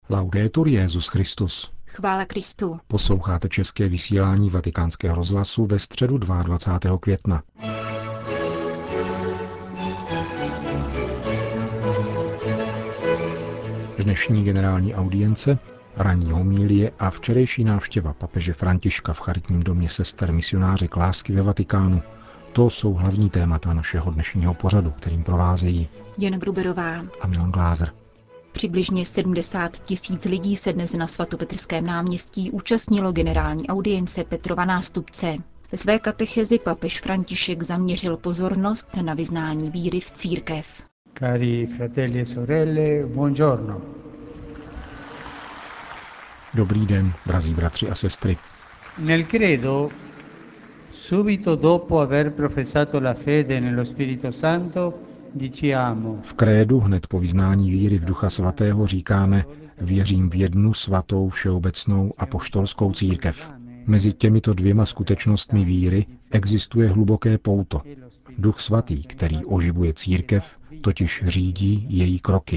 Laudetur Jesus Christus. Chvála Kristu. Posloucháte české vysílání Vatikánského rozhlasu ve středu 22. května. Dnešní generální audience, ranní homilie a včerejší návštěva papeže Františka v charitním domě sester misionářek lásky ve Vatikánu. To jsou hlavní témata našeho dnešního pořadu, kterým provázejí Jana Gruberová a Milan Glázer. Přibližně 70 000 lidí se dnes na svatopetrském náměstí účastnilo generální audience Petrova nástupce. Ve své katechezi papež František zaměřil pozornost na vyznání víry v církev. Cari fratelli e sorelle, buongiorno. Dobrý den, drazí bratři a sestry. Nel credo, subito dopo aver professato la fede nello Spirito Santo, diciamo: V krédu hned po vyznání víry v Ducha Svatého říkáme: věřím v jednu svatou všeobecnou apoštolskou církev. Mezi těmito dvěma skutečnostmi víry existuje hluboké pouto. Duch Svatý, který oživuje církev, totiž řídí její kroky.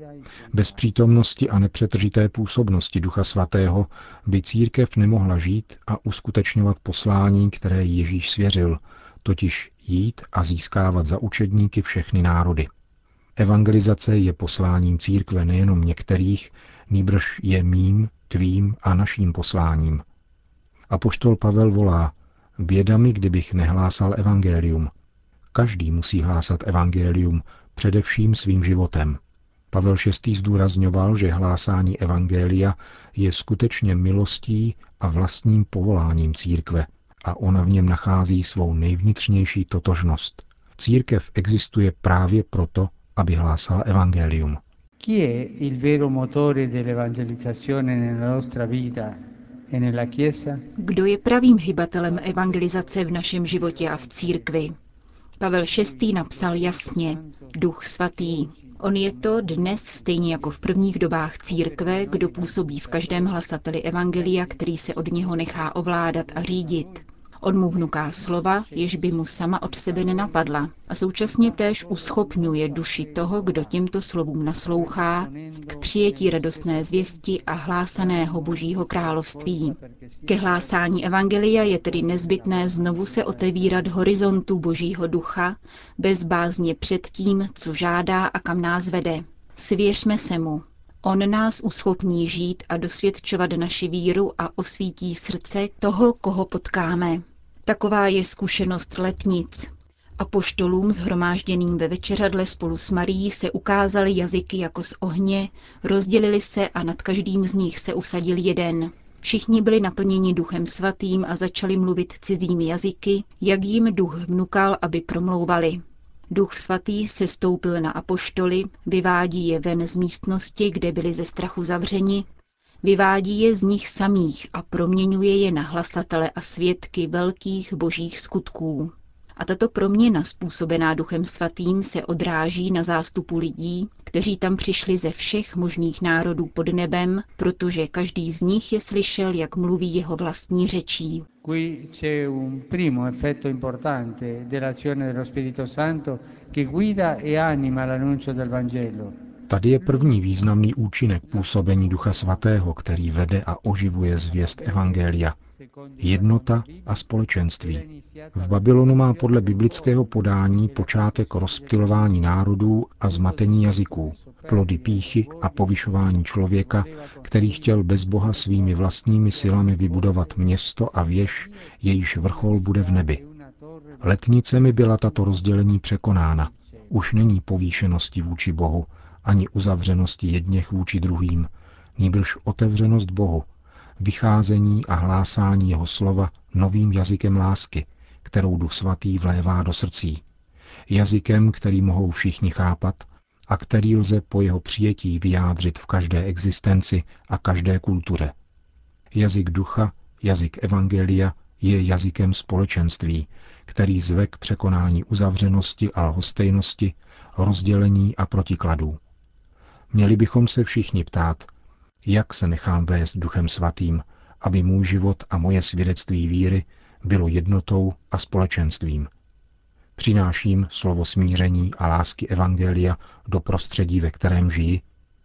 Bez přítomnosti a nepřetržité působnosti Ducha Svatého by církev nemohla žít a uskutečňovat poslání, které Ježíš svěřil, totiž jít a získávat za učedníky všechny národy. Evangelizace je posláním církve nejenom některých, nýbrž je mým, tvým a naším posláním. Apoštol Pavel volá: běda mi, kdybych nehlásal evangelium. Každý musí hlásat evangelium, především svým životem. Pavel VI. Zdůrazňoval, že hlásání evangelia je skutečně milostí a vlastním povoláním církve a ona v něm nachází svou nejvnitřnější totožnost. Církev existuje právě proto, aby hlásala evangelium. Chi è il vero motore dell'evangelizzazione nella nostra vita e nella Chiesa? Kdo je pravým hybatelem evangelizace v našem životě a v církvi? Pavel VI. Napsal jasně: Duch Svatý. On je to dnes stejně jako v prvních dobách církve, kdo působí v každém hlasateli evangelia, který se od něho nechá ovládat a řídit. On mu vnuká slova, jež by mu sama od sebe nenapadla, a současně též uschopňuje duši toho, kdo těmto slovům naslouchá, k přijetí radostné zvěsti a hlásaného Božího království. Ke hlásání evangelia je tedy nezbytné znovu se otevírat horizontu Božího ducha, bez bázně před tím, co žádá a kam nás vede. Svěřme se mu. On nás uschopní žít a dosvědčovat naši víru a osvítí srdce toho, koho potkáme. Taková je zkušenost letnic. Apoštolům shromážděným ve večeřadle spolu s Marií se ukázaly jazyky jako z ohně, rozdělili se a nad každým z nich se usadil jeden. Všichni byli naplněni Duchem Svatým a začali mluvit cizími jazyky, jak jim duch vnukal, aby promlouvali. Duch Svatý sestoupil na apoštoly, vyvádí je ven z místnosti, kde byli ze strachu zavřeni, vyvádí je z nich samých a proměňuje je na hlasatele a svědky velkých božích skutků. A tato proměna způsobená Duchem Svatým se odráží na zástupu lidí, kteří tam přišli ze všech možných národů pod nebem, protože každý z nich je slyšel, jak mluví jeho vlastní řečí. Qui c'è un primo effetto importante dell'azione dello Spirito Santo che guida e anima l'annuncio del Vangelo. Tady je první významný účinek působení Ducha Svatého, který vede a oživuje zvěst evangelia. Jednota a společenství. V Babylonu má podle biblického podání počátek rozptylování národů a zmatení jazyků, plody pýchy a povyšování člověka, který chtěl bez Boha svými vlastními silami vybudovat město a věž, jejíž vrchol bude v nebi. Letnicemi byla tato rozdělení překonána. Už není povýšenosti vůči Bohu, ani uzavřenosti jedněch vůči druhým, nýbrž otevřenost Bohu, vycházení a hlásání jeho slova novým jazykem lásky, kterou Duch Svatý vlévá do srdcí. Jazykem, který mohou všichni chápat a který lze po jeho přijetí vyjádřit v každé existenci a každé kultuře. Jazyk ducha, jazyk evangelia je jazykem společenství, který zve k překonání uzavřenosti a lhostejnosti, rozdělení a protikladů. Měli bychom se všichni ptát, jak se nechám vést Duchem Svatým, aby můj život a moje svědectví víry bylo jednotou a společenstvím. Přináším slovo smíření a lásky evangelia do prostředí, ve kterém žiji.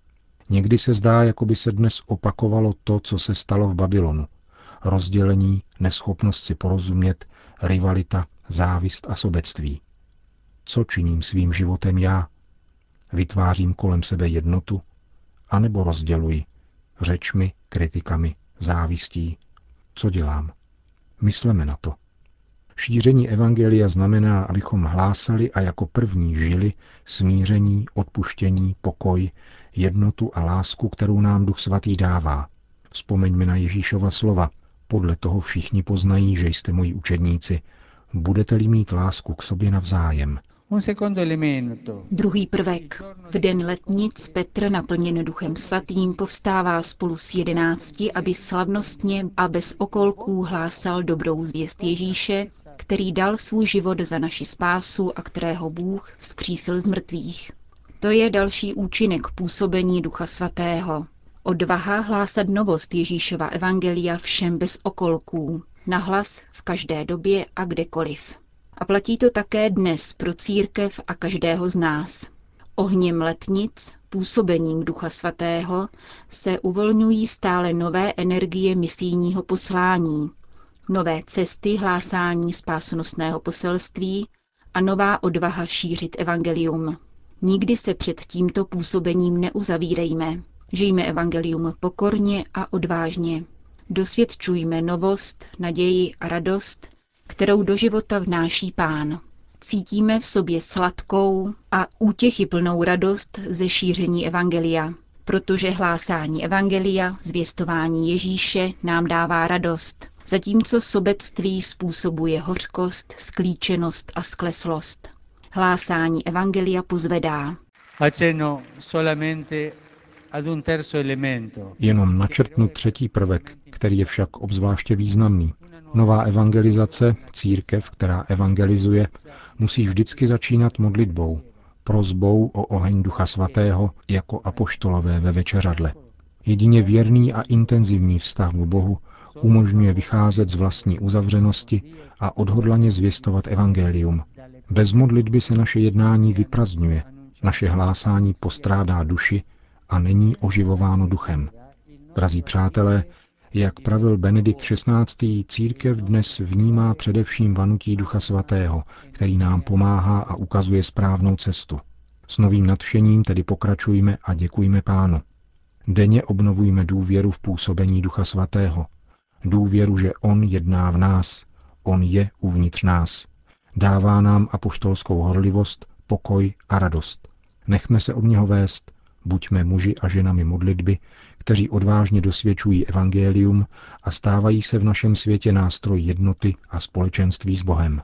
Někdy se zdá, jako by se dnes opakovalo to, co se stalo v Babylonu. Rozdělení, neschopnost si porozumět, rivalita, závist a sobectví. Co činím svým životem já? Vytvářím kolem sebe jednotu? A nebo rozděluji řečmi, kritikami, závistí? Co dělám? Mysleme na to. Šíření evangelia znamená, abychom hlásali a jako první žili smíření, odpuštění, pokoj, jednotu a lásku, kterou nám Duch Svatý dává. Vzpomeňme na Ježíšova slova. Podle toho všichni poznají, že jste moji učedníci. Budete-li mít lásku k sobě navzájem. Druhý prvek. V den letnic Petr, naplněn Duchem Svatým, povstává spolu s 11, aby slavnostně a bez okolků hlásal dobrou zvěst Ježíše, který dal svůj život za naši spásu a kterého Bůh vzkřísil z mrtvých. To je další účinek působení Ducha Svatého. Odvaha hlásat novost Ježíšova evangelia všem bez okolků, nahlas v každé době a kdekoliv. A platí to také dnes pro církev a každého z nás. Ohněm letnic, působením Ducha Svatého, se uvolňují stále nové energie misijního poslání, nové cesty hlásání spásonosného poselství a nová odvaha šířit evangelium. Nikdy se před tímto působením neuzavírejme. Žijme evangelium pokorně a odvážně. Dosvědčujme novost, naději a radost, kterou do života vnáší Pán. Cítíme v sobě sladkou a útěchyplnou radost ze šíření evangelia, protože hlásání evangelia, zvěstování Ježíše nám dává radost, zatímco sobectví způsobuje hořkost, sklíčenost a skleslost. Hlásání evangelia pozvedá. Jenom načrtnu třetí prvek, který je však obzvláště významný. Nová evangelizace, církev, která evangelizuje, musí vždycky začínat modlitbou, prosbou o oheň Ducha Svatého jako apoštolové ve večeřadle. Jedině věrný a intenzivní vztah k Bohu umožňuje vycházet z vlastní uzavřenosti a odhodlaně zvěstovat evangelium. Bez modlitby se naše jednání vyprazdňuje, naše hlásání postrádá duši a není oživováno duchem. Drazí přátelé, jak pravil Benedikt XVI., církev dnes vnímá především vanutí Ducha Svatého, který nám pomáhá a ukazuje správnou cestu. S novým nadšením tedy pokračujme a děkujme Pánu. Denně obnovujme důvěru v působení Ducha Svatého. Důvěru, že On jedná v nás, On je uvnitř nás. Dává nám apoštolskou horlivost, pokoj a radost. Nechme se od něho vést, buďme muži a ženami modlitby, kteří odvážně dosvědčují evangelium a stávají se v našem světě nástroj jednoty a společenství s Bohem.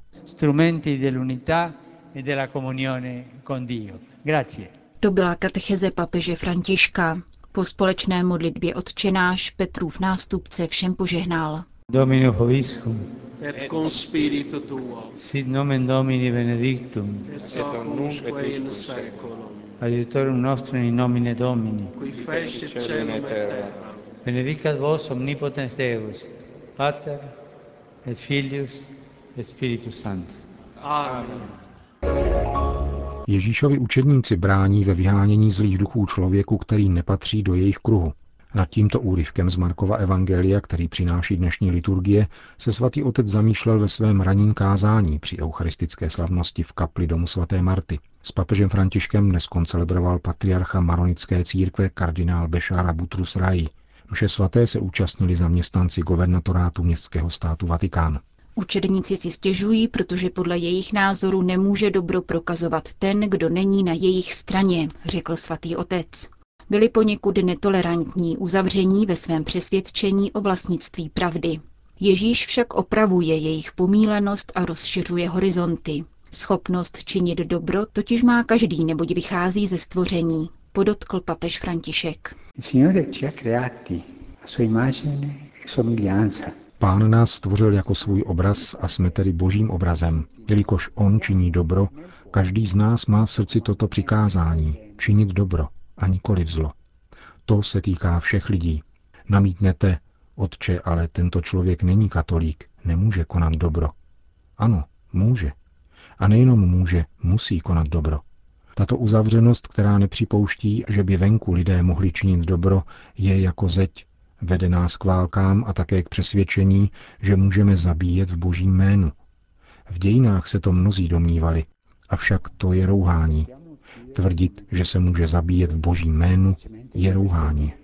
To byla katecheze papeže Františka. Po společné modlitbě Otčenáš Petrův nástupce všem požehnal. Domino vobiscum. Et con spiritu tuo. Sit nomen Domini benedictum. Et hoc nunc in saeculum. Aiutorium nostrum in nomine Domini. Qui fecit caelum et terra. Benedicat vos omnipotens Deus, Pater et Filius et Spiritus Sanctus. Amen. Ježíšovi učedníci brání ve vyhánění zlých duchů člověku, který nepatří do jejich kruhu. Nad tímto úryvkem z Markova evangelia, který přináší dnešní liturgie, se svatý otec zamýšlel ve svém ranním kázání při eucharistické slavnosti v kapli domu svaté Marty. S papežem Františkem dnes koncelebroval patriarcha maronitské církve kardinál Bešára Butrus Raji. Mše svaté se účastnili zaměstnanci guvernatorátu městského státu Vatikán. Učedníci si stěžují, protože podle jejich názoru nemůže dobro prokazovat ten, kdo není na jejich straně, řekl svatý otec. Byli poněkud netolerantní, uzavření ve svém přesvědčení o vlastnictví pravdy. Ježíš však opravuje jejich pomílenost a rozšiřuje horizonty. Schopnost činit dobro totiž má každý, neboť vychází ze stvoření, podotkl papež František. Pán nás stvořil jako svůj obraz a jsme tedy božím obrazem. Jelikož on činí dobro, každý z nás má v srdci toto přikázání, činit dobro a nikoli zlo. To se týká všech lidí. Namítnete, otče, ale tento člověk není katolík, nemůže konat dobro. Ano, může. A nejenom může, musí konat dobro. Tato uzavřenost, která nepřipouští, že by venku lidé mohli činit dobro, je jako zeď. Vede nás k válkám a také k přesvědčení, že můžeme zabíjet v Božím jménu. V dějinách se to mnozí domnívali, avšak to je rouhání. Tvrdit, že se může zabíjet v Božím jménu, je rouhání.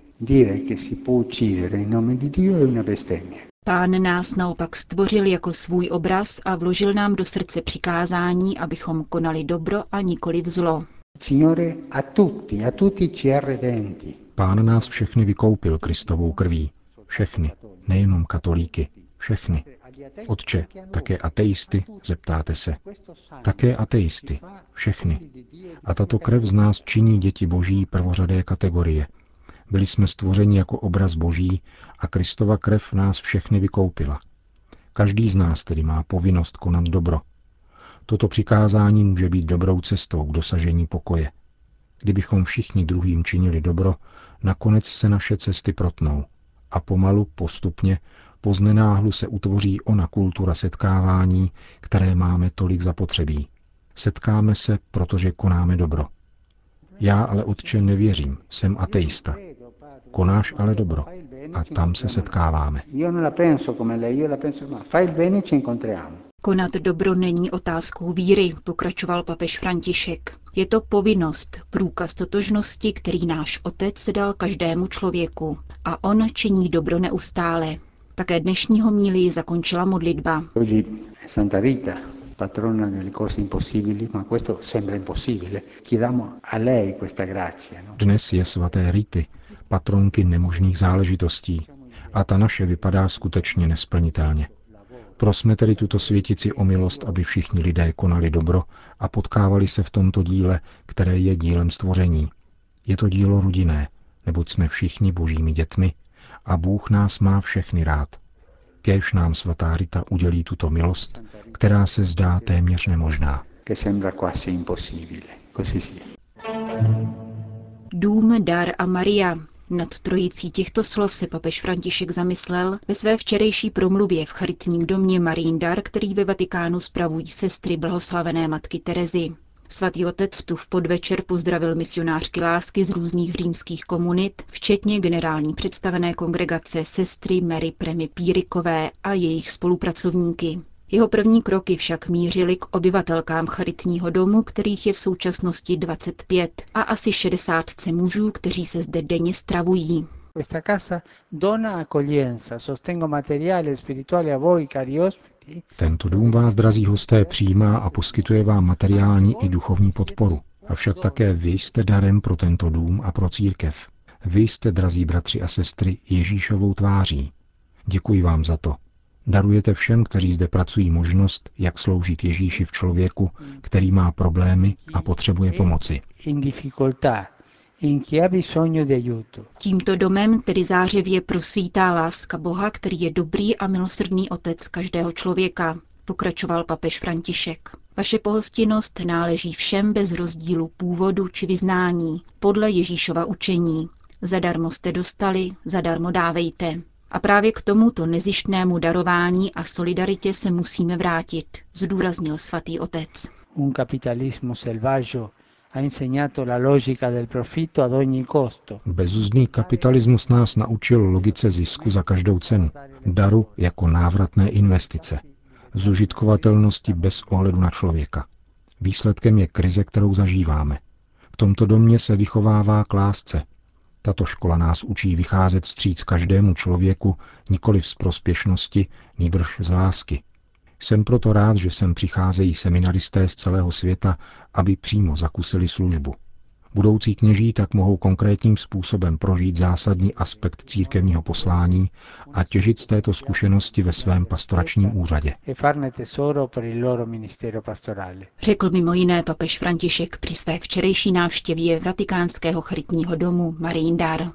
Pán nás naopak stvořil jako svůj obraz a vložil nám do srdce přikázání, abychom konali dobro a nikoli zlo. Pán nás všechny vykoupil Kristovou krví. Všechny, nejenom katolíky, všechny. Otče, také ateisty, zeptáte se. Také ateisty, všechny. A tato krev z nás činí děti Boží prvořadé kategorie. Byli jsme stvořeni jako obraz Boží a Kristova krev nás všechny vykoupila. Každý z nás tedy má povinnost konat dobro. Toto přikázání může být dobrou cestou k dosažení pokoje. Kdybychom všichni druhým činili dobro, nakonec se naše cesty protnou a pomalu, postupně, poznenáhlu se utvoří ona kultura setkávání, které máme tolik zapotřebí. Setkáme se, protože konáme dobro. Já ale, Otče, nevěřím, jsem ateista. Konáš ale dobro a tam se setkáváme. Konat dobro není otázkou víry, pokračoval papež František. Je to povinnost, průkaz totožnosti, který náš Otec dal každému člověku. A on činí dobro neustále. Také dnešní homílii zakončila modlitba. Santa Rita, patrona delle cose impossibili, ma questo sembra impossibile. Chiediamo a lei questa grazia. Dnes je svaté Rity, patronky nemožných záležitostí, a ta naše vypadá skutečně nesplnitelně. Prosme tedy tuto světici o milost, aby všichni lidé konali dobro a potkávali se v tomto díle, které je dílem stvoření. Je to dílo rodinné, neboť jsme všichni Božími dětmi a Bůh nás má všechny rád. Kéž nám svatá Rita udělí tuto milost, která se zdá téměř nemožná. Dům, dar a Maria. Nad trojicí těchto slov se papež František zamyslel ve své včerejší promluvě v charitním domě Mariin dar, který ve Vatikánu spravují sestry blahoslavené matky Terezy. Svatý otec tu v podvečer pozdravil misionářky lásky z různých římských komunit, včetně generální představené kongregace sestry Mary Premy Pírikové a jejich spolupracovníky. Jeho první kroky však mířily k obyvatelkám charitního domu, kterých je v současnosti 25 a asi 60 mužů, kteří se zde denně stravují. Tento dům vás, drazí hosté, přijímá a poskytuje vám materiální i duchovní podporu. Avšak také vy jste darem pro tento dům a pro církev. Vy jste, drazí bratři a sestry, Ježíšovou tváří. Děkuji vám za to. Darujete všem, kteří zde pracují, možnost, jak sloužit Ježíši v člověku, který má problémy a potřebuje pomoci. Tímto domem tedy zářivě prosvítá láska Boha, který je dobrý a milosrdný otec každého člověka, pokračoval papež František. Vaše pohostinnost náleží všem bez rozdílu původu či vyznání, podle Ježíšova učení. Zadarmo jste dostali, zadarmo dávejte. A právě k tomuto nezištnému darování a solidaritě se musíme vrátit, zdůraznil svatý otec. Un capitalismo selvaggio ha insegnato la logica del profitto ad ogni costo. Bezuzdný kapitalismus nás naučil logice zisku za každou cenu, daru jako návratné investice, zužitkovatelnosti bez ohledu na člověka. Výsledkem je krize, kterou zažíváme. V tomto domě se vychovává k lásce. Tato škola nás učí vycházet vstříc každému člověku nikoli z prospěšnosti, nýbrž z lásky. Jsem proto rád, že sem přicházejí seminaristé z celého světa, aby přímo zakusili službu. Budoucí kněží tak mohou konkrétním způsobem prožít zásadní aspekt církevního poslání a těžit z této zkušenosti ve svém pastoračním úřadě. Řekl mimo jiné papež František při své včerejší návštěvě vatikánského charitního domu Mariin dar.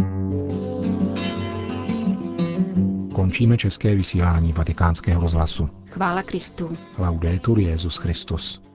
Končíme české vysílání Vatikánského rozhlasu. Chvála Kristu. Laudetur Jesus Christus.